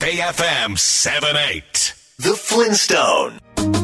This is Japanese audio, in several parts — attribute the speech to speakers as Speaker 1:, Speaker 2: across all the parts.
Speaker 1: BayFM78 The Flintstone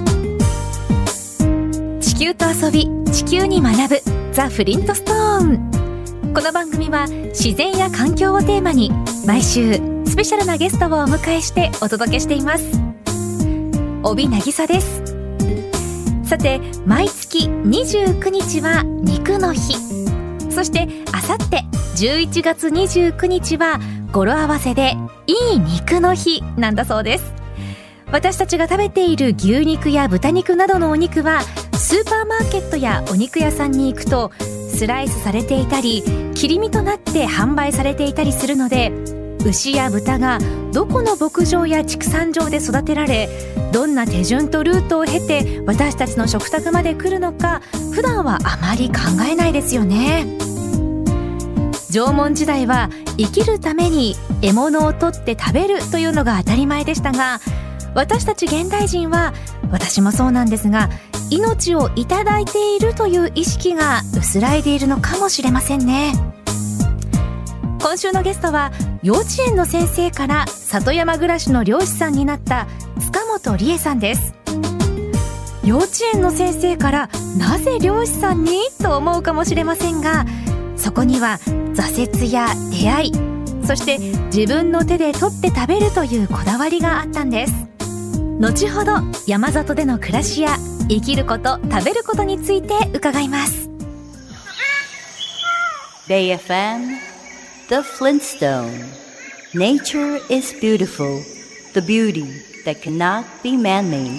Speaker 2: 地球と遊び、地球に学ぶザ・フリントストーン。この番組は自然や環境をテーマに毎週スペシャルなゲストをお迎えしてお届けしています。帯渚です。さて、毎月29日は肉の日、そしてあさって11月29日は語呂合わせでいい肉の日なんだそうです。私たちが食べている牛肉や豚肉などのお肉はスーパーマーケットやお肉屋さんに行くとスライスされていたり切り身となって販売されていたりするので、牛や豚がどこの牧場や畜産場で育てられ、どんな手順とルートを経て私たちの食卓まで来るのか、普段はあまり考えないですよね。縄文時代は生きるために獲物を取って食べるというのが当たり前でしたが、私たち現代人は、私もそうなんですが、命をいただいているという意識が薄らいでいるのかもしれませんね。今週のゲストは幼稚園の先生から里山暮らしの漁師さんになった塚本理恵さんです。幼稚園の先生からなぜ漁師さんにと思うかもしれませんが、そこには挫折や出会い、そして自分の手で取って食べるというこだわりがあったんです。後ほど山里での暮らしや生きること、食べることについて伺います。
Speaker 3: BayFM The Flintstone Nature is beautiful, the beauty that cannot be man-made。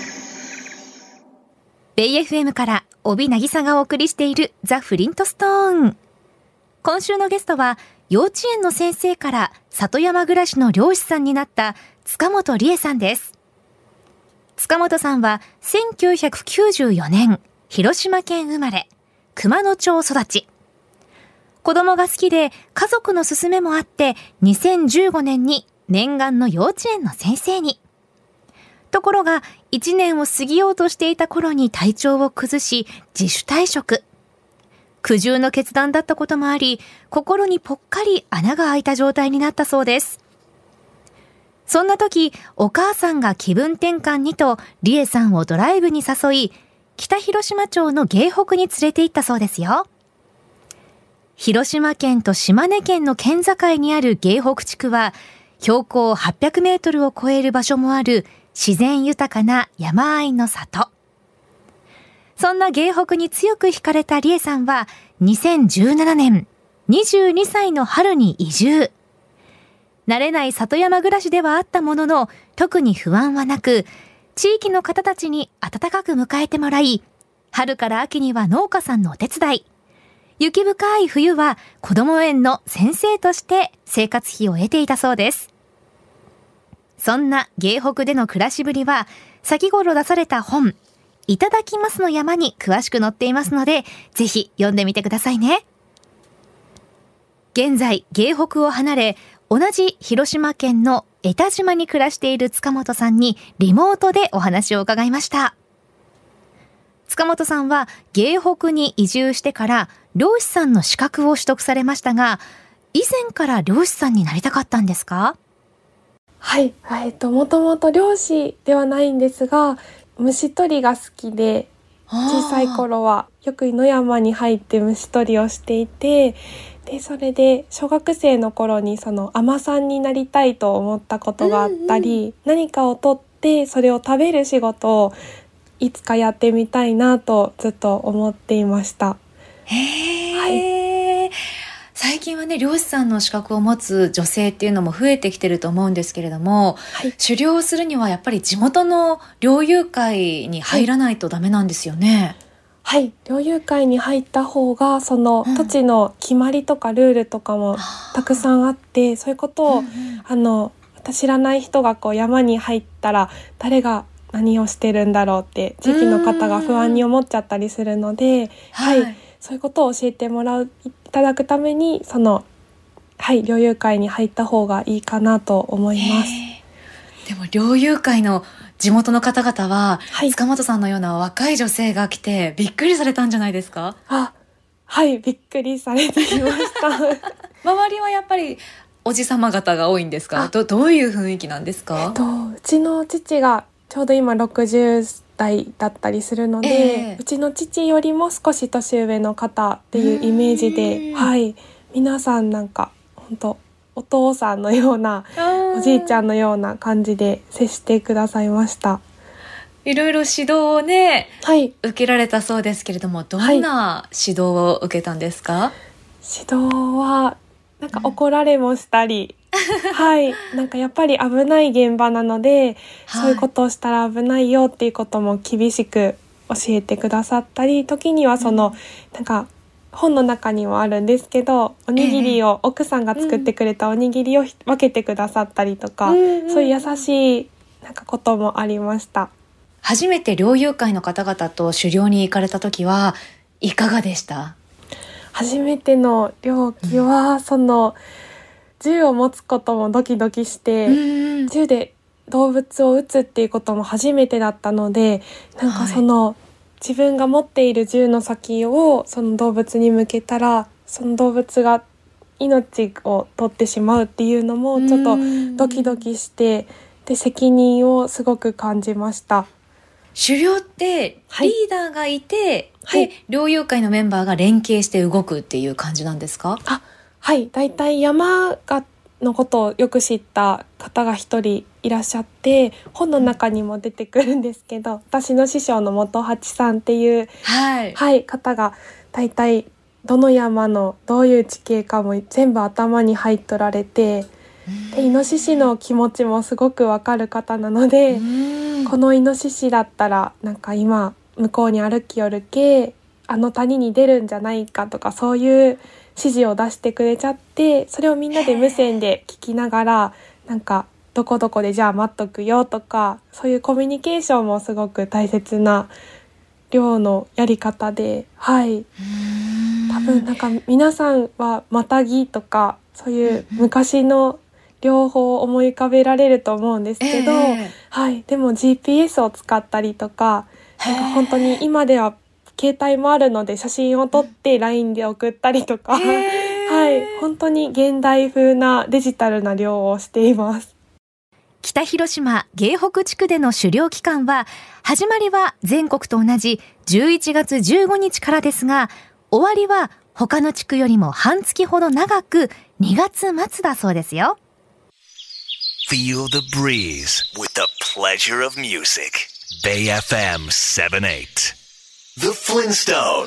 Speaker 2: BayFM から帯渚がお送りしているザ・フリントストーン。今週のゲストは幼稚園の先生から里山暮らしの漁師さんになった塚本理恵さんです。塚本さんは1994年広島県生まれ、熊野町育ち。子供が好きで家族の勧めもあって2015年に念願の幼稚園の先生に。ところが1年を過ぎようとしていた頃に体調を崩し自主退職。苦渋の決断だったこともあり、心にぽっかり穴が開いた状態になったそうです。そんな時、お母さんが気分転換にと理恵さんをドライブに誘い、北広島町の芸北に連れて行ったそうですよ。広島県と島根県の県境にある芸北地区は、標高800メートルを超える場所もある自然豊かな山あいの里。そんな芸北に強く惹かれた理恵さんは、2017年、22歳の春に移住。慣れない里山暮らしではあったものの、特に不安はなく、地域の方たちに温かく迎えてもらい、春から秋には農家さんのお手伝い、雪深い冬は子ども園の先生として生活費を得ていたそうです。そんな芸北での暮らしぶりは、先頃出された本、いただきますの山に詳しく載っていますので、ぜひ読んでみてくださいね。現在、芸北を離れ、同じ広島県の江田島に暮らしている塚本さんにリモートでお話を伺いました。塚本さんは芸北に移住してから漁師さんの資格を取得されましたが、以前から漁師さんになりたかったんですか？
Speaker 4: はい、もともと漁師ではないんですが、虫取りが好きで、小さい頃はよく野山に入って虫取りをしていて、でそれで小学生の頃にその海女さんになりたいと思ったことがあったり、何かを取ってそれを食べる仕事をいつかやってみたいなとずっと思っていました。
Speaker 2: はい、最近はね、漁師さんの資格を持つ女性っていうのも増えてきてると思うんですけれども、はい、狩猟をするにはやっぱり地元の猟友会に入らないとダメなんですよね。
Speaker 4: はい、猟友会に入った方がその土地の決まりとかルールとかもたくさんあって、そういうことを、知らない人がこう山に入ったら誰が何をしてるんだろうって地域の方が不安に思っちゃったりするので、はい、そういうことを教えていただくために猟友会に入った方がいいかなと思います。
Speaker 2: でも猟友会の地元の方々は、塚本さんのような若い女性が来てびっくりされたんじゃないですか？
Speaker 4: はい、びっくりされていました
Speaker 2: 周りはやっぱりおじさま方が多いんですか？どういう雰囲気なんですか？
Speaker 4: うちの父がちょうど今60代だったりするので、うちの父よりも少し年上の方っていうイメージで、はい、皆さんなんか本当お父さんのようなおじいちゃんのような感じで接してくださいました。
Speaker 2: いろいろ指導をね、
Speaker 4: はい、
Speaker 2: 受けられたそうですけれども、どんな指導を受けたんですか？
Speaker 4: 指導はなんか怒られもしたり、はい、なんかやっぱり危ない現場なので、そういうことをしたら危ないよっていうことも厳しく教えてくださったり、時にはなんか本の中にもあるんですけど、おにぎりを、奥さんが作ってくれたおにぎりを分けてくださったりとか、そういう優しいなんかこともありました。
Speaker 2: 初めて猟友会の方々と狩猟に行かれた時はいかがでした？
Speaker 4: 初めての猟期は、銃を持つこともドキドキして、銃で動物を撃つっていうことも初めてだったので、なんか自分が持っている銃の先をその動物に向けたら、その動物が命を取ってしまうっていうのもちょっとドキドキして、で責任をすごく感じました。
Speaker 2: 狩猟ってリーダーがいて、で猟友会のメンバーが連携して動くっていう感じなんですか？
Speaker 4: はい、だいたい山のことをよく知った方が一人いらっしゃって、本の中にも出てくるんですけど、私の師匠の本八さんっていう、方がだいたいどの山のどういう地形かも全部頭に入っとられて、でイノシシの気持ちもすごくわかる方なので、このイノシシだったらなんか今向こうに歩きよるけ、あの谷に出るんじゃないかとか、そういう指示を出してくれちゃって、それをみんなで無線で聞きながら、なんかどこどこでじゃあ待っとくよとか、そういうコミュニケーションもすごく大切な猟のやり方で、はい、多分なんか皆さんはマタギとかそういう昔の両方思い浮かべられると思うんですけど、はい、でも GPS を使ったりとか、なんか本当に今では携帯もあるので写真を撮って LINE で送ったりとか、はい、本当に現代風なデジタルな猟をしています。
Speaker 2: 北広島芸北地区での狩猟期間は、始まりは全国と同じ11月15日からですが、終わりは他の地区よりも半月ほど長く2月末だそうですよ。
Speaker 1: Feel the breeze with the pleasure of music. Bay FM 78. The Flintstone.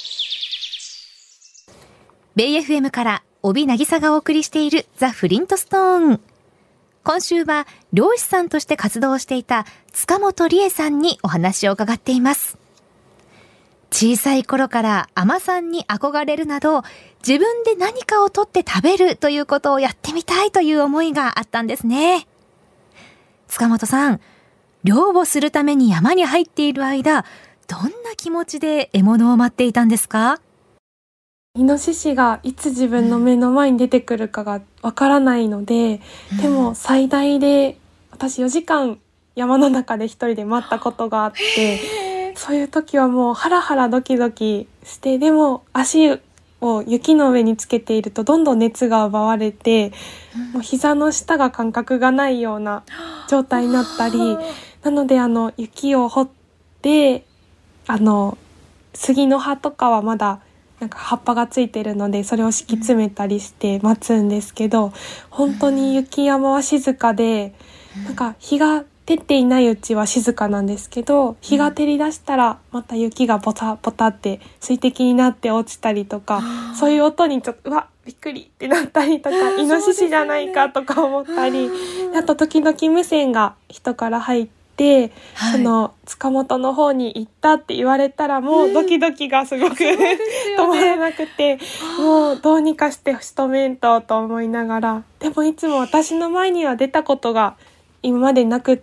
Speaker 2: Bay FM から帯渚がお送りしているザ・フリントストーン。今週は漁師さんとして活動していた塚本理恵さんにお話を伺っています。小さい頃から海女さんに憧れるなど、自分で何かを取って食べるということをやってみたいという思いがあったんですね。塚本さん、漁をするために山に入っている間、どんな気持ちで獲物を待っていたんですか？
Speaker 4: イノシシがいつ自分の目の前に出てくるかがわからないので、でも最大で私4時間山の中で一人で待ったことがあって、そういう時はもうハラハラドキドキして、でも足を雪の上につけているとどんどん熱が奪われて、もう膝の下が感覚がないような状態になったり、なので雪を掘って、杉の葉とかはまだなんか葉っぱがついてるので、それを敷き詰めたりして待つんですけど、本当に雪山は静かで、なんか日が照っていないうちは静かなんですけど、日が照り出したらまた雪がボタボタって水滴になって落ちたりとか、そういう音にちょっとうわびっくりってなったりとか、イノシシじゃないかとか思ったり、あと時々無線が人から入って、その塚本の方に行ったって言われたらもうドキドキがすごく、止まらなくて、もうどうにかして仕留めんと思いながら、でもいつも私の前には出たことが今までなくって、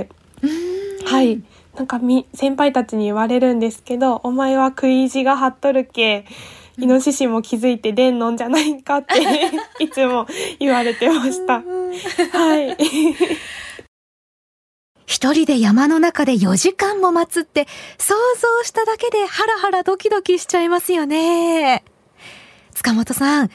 Speaker 4: はい、なんか先輩たちに言われるんですけど、お前は食い意地が張っとるけ、イノシシも気づいて出んのんじゃないかっていつも言われてました。はい。
Speaker 2: 一人で山の中で4時間も待つって想像しただけでハラハラドキドキしちゃいますよね。塚本さん、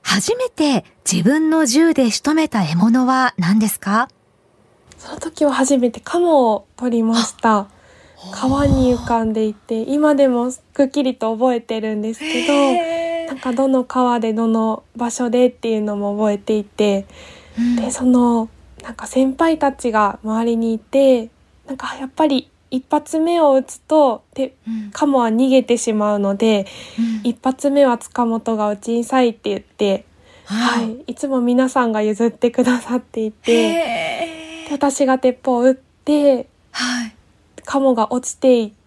Speaker 2: 初めて自分の銃で仕留めた獲物は何ですか？
Speaker 4: その時は初めてカモを取りました。川に浮かんでいて、今でもくっきりと覚えてるんですけど、なんかどの川でどの場所でっていうのも覚えていて、でなんか先輩たちが周りにいて、なんかやっぱり一発目を撃つとカモは逃げてしまうので、一発目は塚本が撃ちんさいって言って、いつも皆さんが譲ってくださっていて、で私が鉄砲を撃って、カモが落ちていって、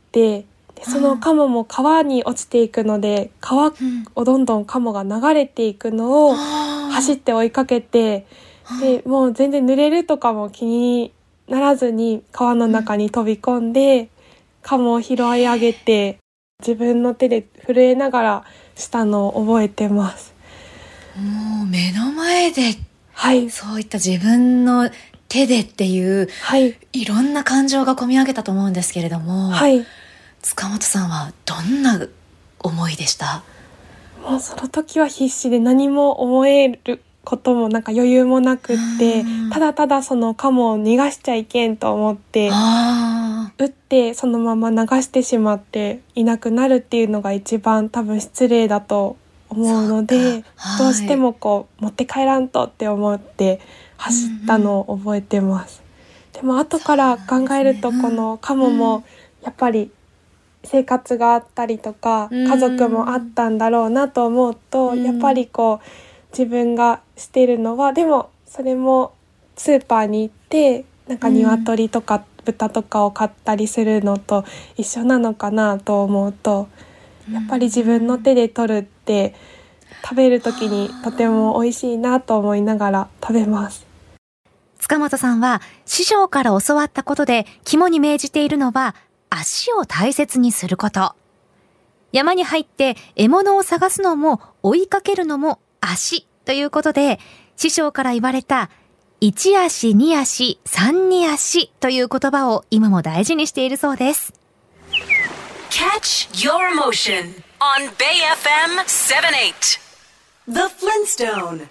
Speaker 4: でそのカモも川に落ちていくので、川をどんどんカモが流れていくのを走って追いかけて、でもう全然濡れるとかも気にならずに川の中に飛び込んで、カモを拾い上げて自分の手で震えながらしたのを覚えてます。
Speaker 2: もう目の前で、そういった自分の手でっていう、いろんな感情が込み上げたと思うんですけれども、塚本さんはどんな思いでした？
Speaker 4: もうその時は必死で何も思えることもなんか余裕もなくって、ただただそのカモを逃がしちゃいけんと思って撃ってそのまま流してしまっていなくなるっていうのが一番多分失礼だと思うので、どうしても持って帰らんとって思って走ったのを覚えてます。でも後から考えるとこのカモもやっぱり生活があったりとか家族もあったんだろうなと思うと、やっぱり自分がしてるのは、でもそれもスーパーに行ってなんか鶏とか豚とかを買ったりするのと一緒なのかなと思うと、やっぱり自分の手で取るって食べる時にとても美味しいなと思いながら食べます。
Speaker 2: 塚本さんは師匠から教わったことで肝に銘じているのは、足を大切にすること。山に入って獲物を探すのも追いかけるのも足ということで、師匠から言われた1足2足3に足という言葉を今も大事にしているそうです。
Speaker 1: Catch your emotion on Bay FM 78 The Flintstone。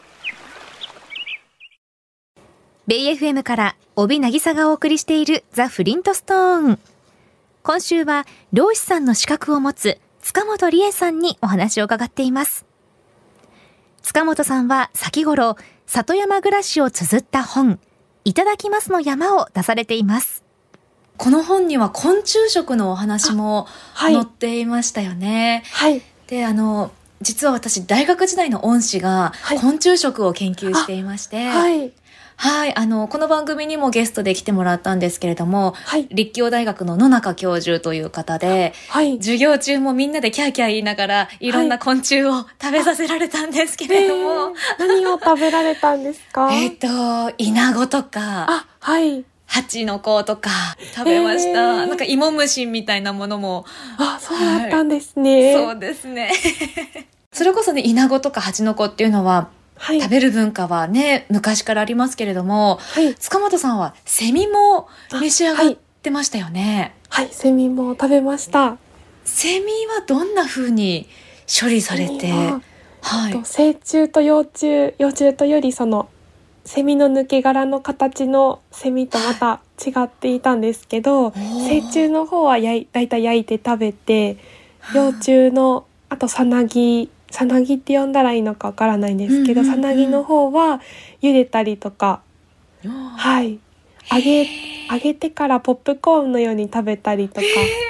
Speaker 2: ベイ FM から帯渚がお送りしているザ・フリントストーン。今週は漁師さんの資格を持つ塚本理恵さんにお話を伺っています。塚本さんは先頃里山暮らしを綴った本、いただきますの山を出されています。この本には昆虫食のお話も載っていましたよね。で、実は私大学時代の恩師が昆虫食を研究していまして、この番組にもゲストで来てもらったんですけれども、立教大学の野中教授という方で、授業中もみんなでキャーキャー言いながらいろんな昆虫を食べさせられたんですけれども、
Speaker 4: 何を食べられたんですか？
Speaker 2: イナゴとか、ハチノコとか食べました。なんか芋虫みたいなものも。
Speaker 4: そうだったんですね。
Speaker 2: そうですね。それこそね、イナゴとかハチノコっていうのは、食べる文化はね、昔からありますけれども、塚本さんはセミも召し上がってましたよね。
Speaker 4: セミも食べました。
Speaker 2: セミはどんな風に処理されて？
Speaker 4: 成虫と幼虫とよりそのセミの抜け殻の形のセミとまた違っていたんですけど、成虫の方はだいたい焼いて食べて、幼虫のあとさなぎって呼んだらいいのかわからないんですけど、さなぎの方は茹でたりとか、揚げてからポップコーンのように食べたりとか、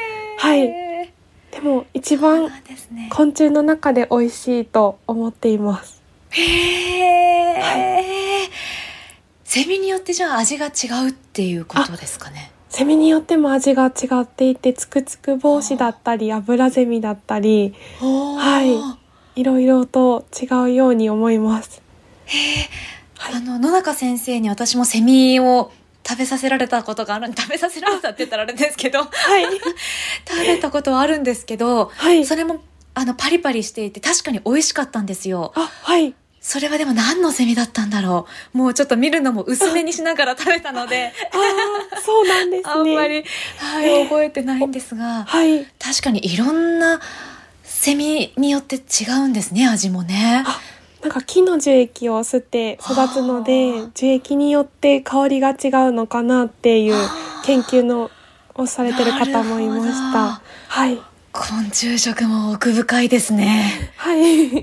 Speaker 4: でも一番昆虫の中で美味しいと思っています。
Speaker 2: セミによってじゃあ味が違うっていうことですかね？
Speaker 4: セミによっても味が違っていて、つくつく帽子だったりアブラゼミだったり、いろいろと違うように思います。
Speaker 2: 野中先生に私もセミを食べさせられたことがある。食べさせられたって言ったらあれですけど、食べたことはあるんですけど、それもパリパリしていて確かに美味しかったんですよ。それはでも何のセミだったんだろう。もうちょっと見るのも薄めにしながら食べたので
Speaker 4: そうなんですね。
Speaker 2: あんまり、覚えてないんですが、確かにいろんなセミによって違うんですね、味もね。
Speaker 4: なんか木の樹液を吸って育つので、樹液によって香りが違うのかなっていう研究のをされてる方もいました。はい。
Speaker 2: 昆虫食も奥深いですね。
Speaker 4: はい。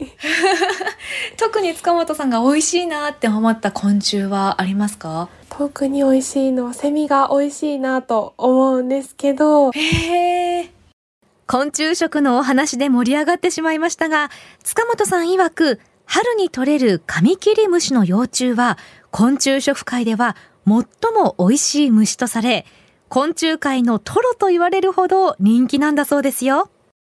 Speaker 2: 特に塚本さんが美味しいなって思った昆虫はありますか？
Speaker 4: 特に美味しいのはセミが美味しいなと思うんですけど。
Speaker 2: 昆虫食のお話で盛り上がってしまいましたが、塚本さん曰く、春に採れるカミキリムシの幼虫は昆虫食界では最も美味しい虫とされ、昆虫界のトロと言われるほど人気なんだそうですよ。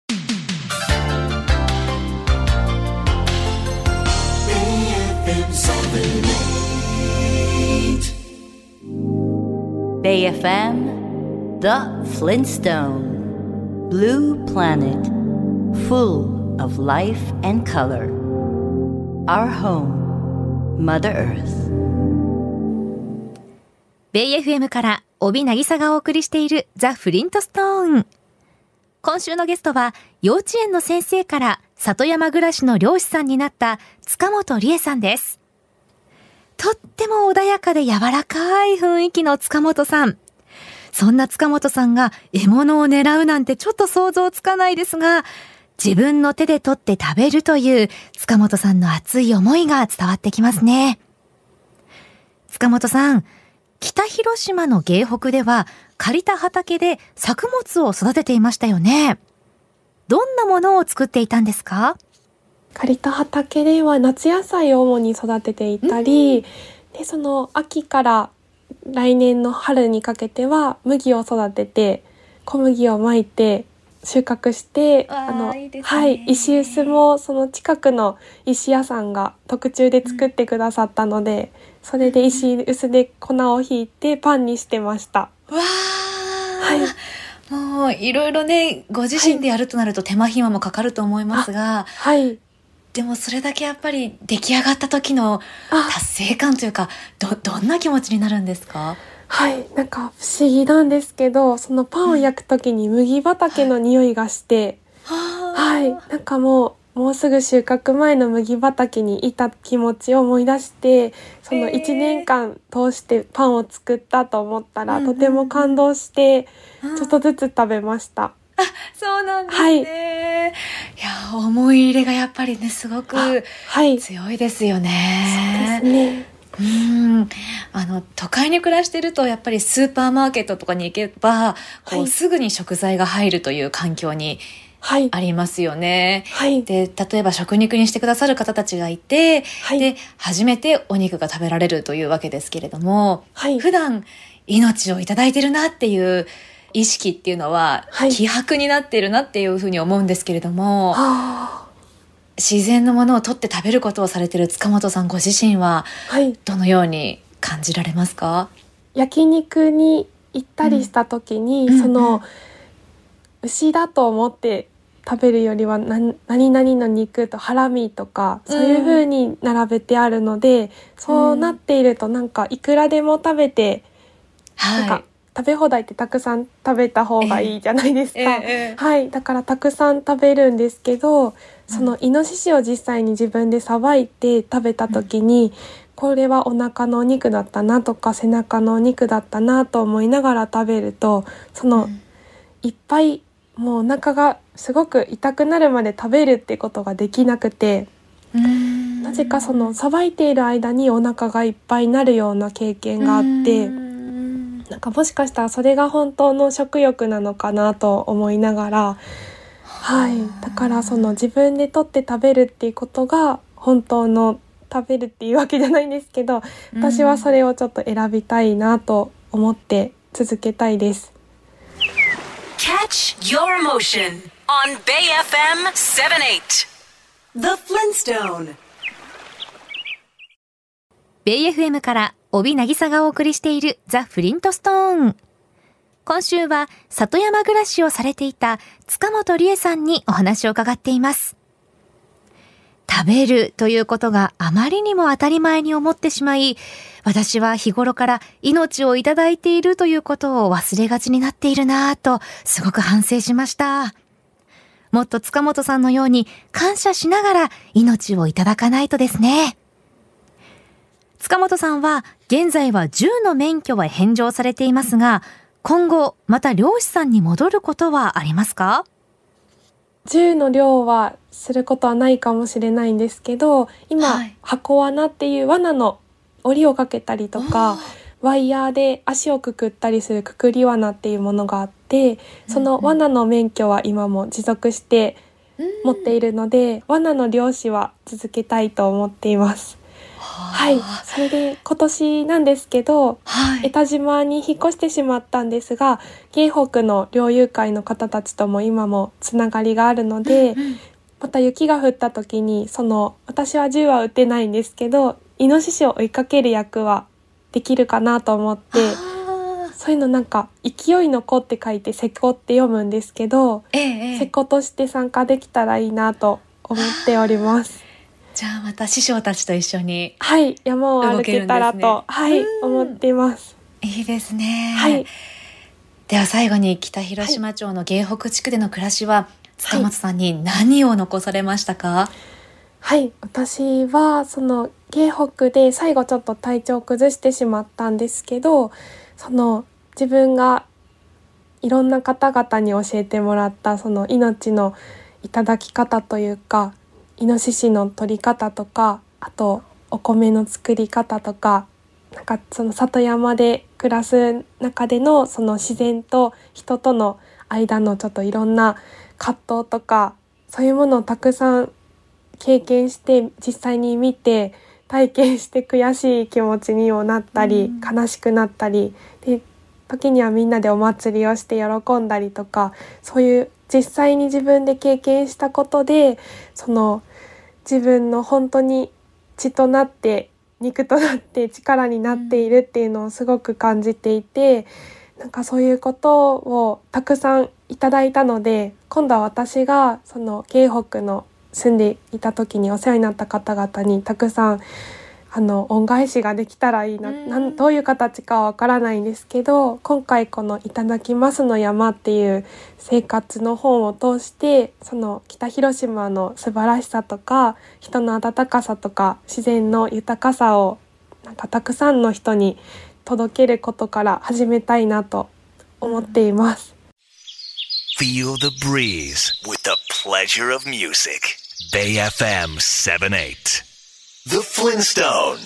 Speaker 3: Bay FM, The Flintstone, Blue Planet, full of life and color. Our home, Mother Earth.
Speaker 2: Bay FM から帯渚がお送りしているザ・フリントストーン。今週のゲストは幼稚園の先生から里山暮らしの漁師さんになった塚本理恵さんです。とっても穏やかで柔らかい雰囲気の塚本さん。そんな塚本さんが獲物を狙うなんてちょっと想像つかないですが、自分の手で取って食べるという塚本さんの熱い思いが伝わってきますね。塚本さん、北広島の芸北では借りた畑で作物を育てていましたよね。どんなものを作っていたんですか？
Speaker 4: 借りた畑では夏野菜を主に育てていたり、でその秋から来年の春にかけては麦を育てて小麦をまいて収穫して、
Speaker 2: いいですね。
Speaker 4: はい、石臼もその近くの石屋さんが特注で作ってくださったので、それで石臼で粉をひいてパンにしてました。
Speaker 2: わー、はい、もういろいろね、ご自身でやるとなると手間暇もかかると思いますが、
Speaker 4: はい、
Speaker 2: でもそれだけやっぱり出来上がった時の達成感というか、どんな気持ちになるんですか？
Speaker 4: はい、なんか不思議なんですけど、そのパンを焼く時に麦畑の匂いがして、はい、なんかもうすぐ収穫前の麦畑にいた気持ちを思い出して、その1年間通してパンを作ったと思ったら、とても感動して、ちょっとずつ食べました。
Speaker 2: そうなんですね。いや、思い入れがやっぱりね、すごく強いですよね。
Speaker 4: そうですね。
Speaker 2: 都会に暮らしてるとやっぱりスーパーマーケットとかに行けばすぐに食材が入るという環境にありますよね。で、例えば食肉にしてくださる方たちがいて、で初めてお肉が食べられるというわけですけれども、普段命をいただいてるなっていう意識っていうのは希薄になっているなっていうふうに思うんですけれども、自然のものを取って食べることをされている塚本さんご自身はどのように感じられますか？
Speaker 4: 焼肉に行ったりした時に、その牛だと思って食べるよりは何々の肉とハラミとかそういう風に並べてあるので、そうなっているとなんかいくらでも食べて、なんか食べ放題ってたくさん食べた方がいいじゃないですか。はい、だからたくさん食べるんですけど、そのイノシシを実際に自分でさばいて食べた時に、これはお腹のお肉だったなとか背中のお肉だったなと思いながら食べると、そのいっぱいもうお腹がすごく痛くなるまで食べるってことができなくて、なぜかそのさばいている間にお腹がいっぱいになるような経験があって、なんかもしかしたらそれが本当の食欲なのかなと思いながら、はい、だからその自分で取って食べるっていうことが本当の食べるっていうわけじゃないんですけど、私はそれをちょっと選びたいなと思って続けたいです。
Speaker 1: Catch your emotion on Bay FM 78. The Flintstone.
Speaker 2: Bay FM から帯渚がお送りしているザ・フリントストーン。今週は里山暮らしをされていた塚本理恵さんにお話を伺っています。食べるということがあまりにも当たり前に思ってしまい、私は日頃から命をいただいているということを忘れがちになっているなぁとすごく反省しました。 もっと塚本さんのように感謝しながら命をいただかないとですね。塚本さんは現在は銃の免許は返上されていますが、今後また漁師さんに戻ることはありますか？
Speaker 4: 銃の漁はすることはないかもしれないんですけど、今、箱罠っていう罠の檻をかけたりとか、ワイヤーで足をくくったりするくくり罠っていうものがあって、その罠の免許は今も持続して持っているので、罠の漁師は続けたいと思っています。はい、それで今年なんですけど、江田島に引っ越してしまったんですが、芸北の猟友会の方たちとも今もつながりがあるので、また雪が降った時に私は銃は撃てないんですけど、イノシシを追いかける役はできるかなと思って、そういうのなんか勢いの子って書いて瀬子って読むんですけど、瀬子として参加できたらいいなと思っております。
Speaker 2: じゃあまた師匠たちと一緒に
Speaker 4: 山を歩けたらと、思っています。
Speaker 2: いいですね。では最後に北広島町の芸北地区での暮らしは、塚本さんに何を残されましたか？
Speaker 4: 私は芸北で最後ちょっと体調を崩してしまったんですけど、自分がいろんな方々に教えてもらった命のいただき方というか、イノシシの取り方とか、あとお米の作り方とか、里山で暮らす中での自然と人との間のちょっといろんな葛藤とか、そういうものをたくさん経験して、実際に見て体験して悔しい気持ちにもなったり、悲しくなったりで、時にはみんなでお祭りをして喜んだりとか、そういう実際に自分で経験したことで、自分の本当に血となって肉となって力になっているっていうのをすごく感じていて、そういうことをたくさんいただいたので、今度は私が芸北の住んでいた時にお世話になった方々にたくさん恩返しができたらいいな、どういう形かはわからないんですけど、今回このいただきますの山っていう生活の本を通して、北広島の素晴らしさとか、人の温かさとか、自然の豊かさをたくさんの人に届けることから始めたいなと思っています。
Speaker 1: Feel the breeze with the pleasure of music. Bay FM 78.The Flintstone.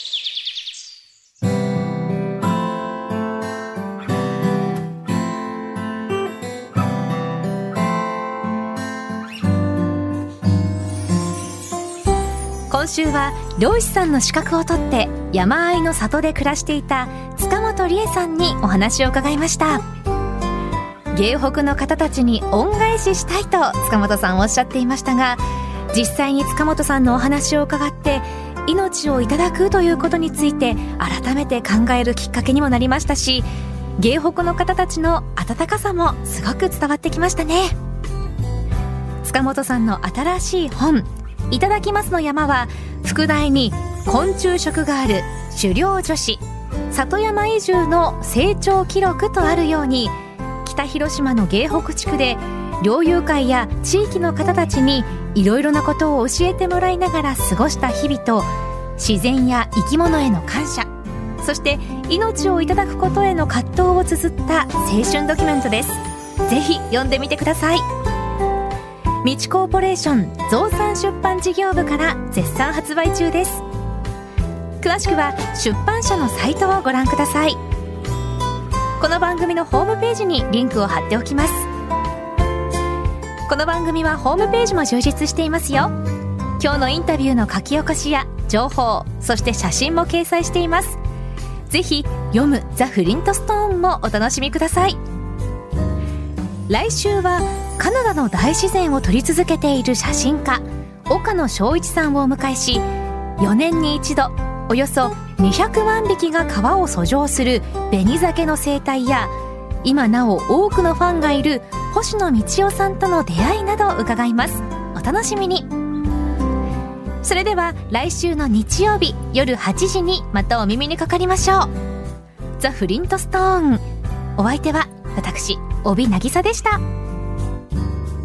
Speaker 2: 今週は漁師さんの資格を取って山あいの里で暮らしていた塚本理恵さんにお話を伺いました。芸北の方たちに恩返ししたいと塚本さんおっしゃっていましたが、実際に塚本さんのお話を伺って命をいただくということについて改めて考えるきっかけにもなりましたし、芸北の方たちの温かさもすごく伝わってきましたね。塚本さんの新しい本いただきますの山は、副題に昆虫食がある狩猟女子里山移住の成長記録とあるように、北広島の芸北地区で猟友会や地域の方たちにいろいろなことを教えてもらいながら過ごした日々と、自然や生き物への感謝、そして命をいただくことへの葛藤を綴った青春ドキュメントです。ぜひ読んでみてください。みちコーポレーション増産出版事業部から絶賛発売中です。詳しくは出版社のサイトをご覧ください。この番組のホームページにリンクを貼っておきます。この番組はホームページも充実していますよ。今日のインタビューの書き起こしや情報、そして写真も掲載しています。ぜひ読むザ・フリントストーンもお楽しみください。来週はカナダの大自然を撮り続けている写真家岡野翔一さんをお迎えし、4年に一度およそ200万匹が川を遡上する紅鮭の生態や、今なお多くのファンがいる星野道夫さんとの出会いなどを伺います。お楽しみに。それでは来週の日曜日夜8時にまたお耳にかかりましょう。ザ・フリントストーン、お相手は私帯渚でした。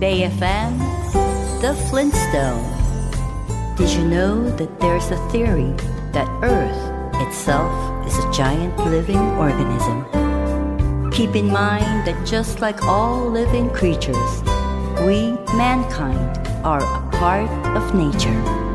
Speaker 3: Bay FM, The Flintstone. Did you know that there's a theory that Earth itself is a giant living organism? Keep in mind that just like all living creatures, we, mankind, are a part of nature.